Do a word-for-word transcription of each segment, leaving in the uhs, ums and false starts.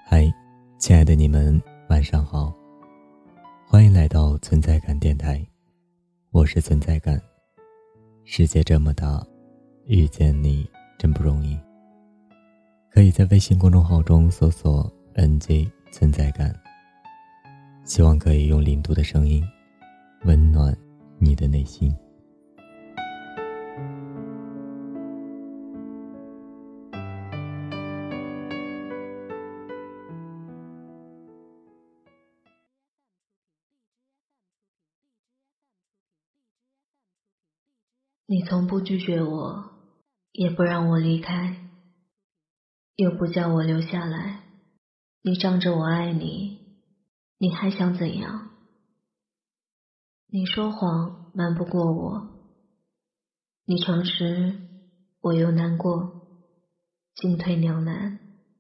嗨，亲爱的你们，晚上好，欢迎来到存在感电台，我是存在感。世界这么大，遇见你真不容易。可以在微信公众号中搜索 N J 存在感，希望可以用零度的声音温暖你的内心。 你从不拒绝我，也不让我离开，又不叫我留下来。你仗着我爱你，你还想怎样？你说谎瞒不过我，你诚实我又难过，进退两难。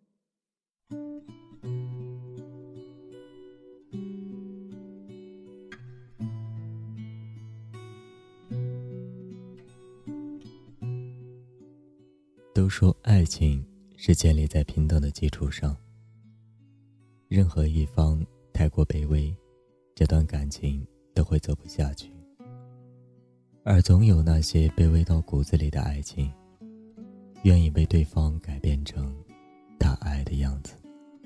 都说爱情是建立在平等的基础上，任何一方太过卑微，这段感情都会走不下去。而总有那些卑微到骨子里的爱情，愿意被对方改变成他爱的样子。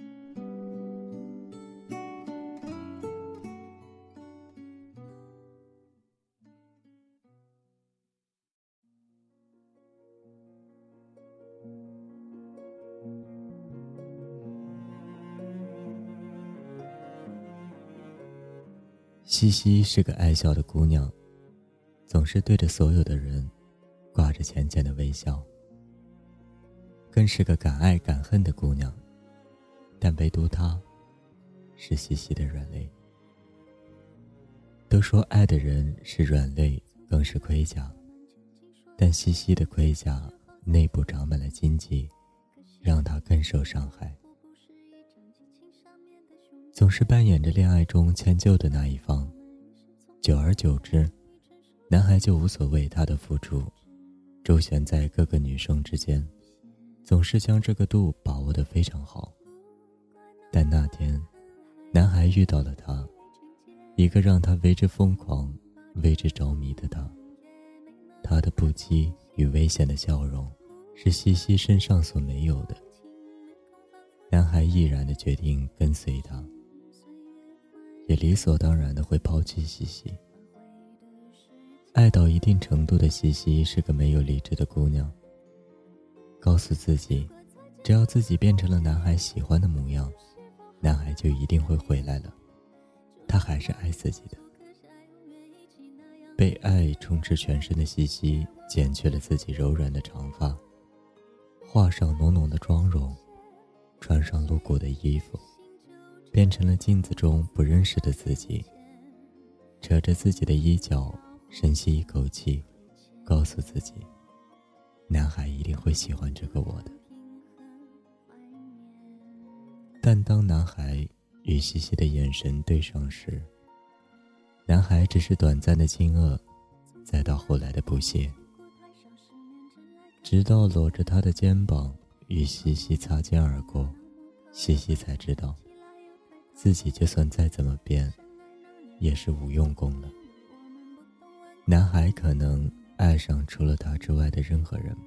西西是个爱笑的姑娘，总是对着所有的人挂着浅浅的微笑，更是个敢爱敢恨的姑娘，但唯独她是西西的软肋。都说爱的人是软肋，更是盔甲，但西西的盔甲内部长满了荆棘，让她更受伤害。总是扮演着恋爱中迁就的那一方，久而久之，男孩就无所谓他的付出，周旋在各个女生之间，总是将这个度把握得非常好。但那天，男孩遇到了她，一个让他为之疯狂、为之着迷的她。她的不羁与危险的笑容，是西西身上所没有的。男孩毅然地决定跟随她，也理所当然地会抛弃西西。爱到一定程度的西西是个没有理智的姑娘，告诉自己，只要自己变成了男孩喜欢的模样，男孩就一定会回来了。她还是爱自己的。被爱充斥全身的西西剪去了自己柔软的长发，画上浓浓的妆容，穿上露骨的衣服，变成了镜子中不认识的自己，扯着自己的衣角，深吸一口气，告诉自己，男孩一定会喜欢这个我的。但当男孩与西西的眼神对上时，男孩只是短暂的惊愕，再到后来的不屑，直到搂着他的肩膀与西西擦肩而过，西西才知道，自己就算再怎么变，也是无用功了。男孩可能爱上除了他之外的任何人吧。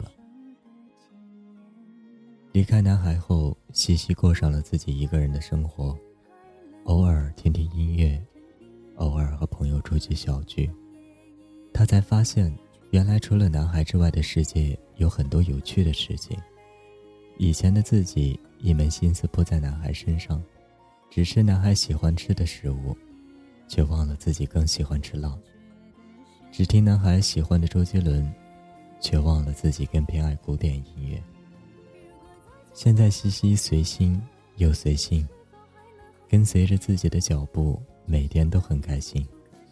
离开男孩后，西西过上了自己一个人的生活，偶尔听听音乐，偶尔和朋友出去小聚。他才发现，原来除了男孩之外的世界有很多有趣的事情。以前的自己一门心思扑在男孩身上，只吃男孩喜欢吃的食物，却忘了自己更喜欢吃辣；只听男孩喜欢的周杰伦，却忘了自己更偏爱古典音乐。现在西西随心又随性，跟随着自己的脚步，每天都很开心。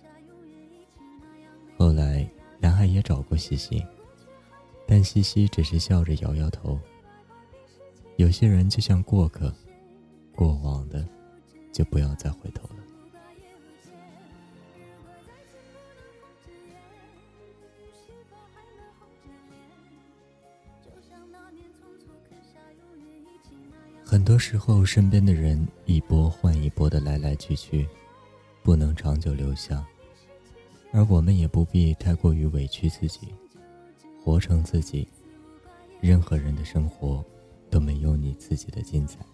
后来男孩也找过西西，但西西只是笑着摇摇头。有些人就像过客，过往的就不要再回头了。 很多时候，身边的人一波换一波的来来去去，不能长久留下，而我们也不必太过于委屈自己，活成自己。任何人的生活都没有你自己的精彩。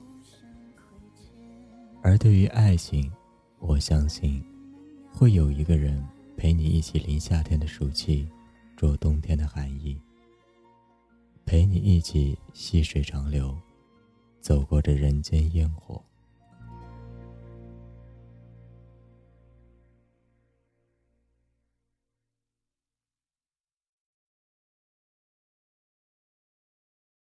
而对于爱情，我相信会有一个人陪你一起淋夏天的暑气，着冬天的寒意，陪你一起细水长流，走过这人间烟火。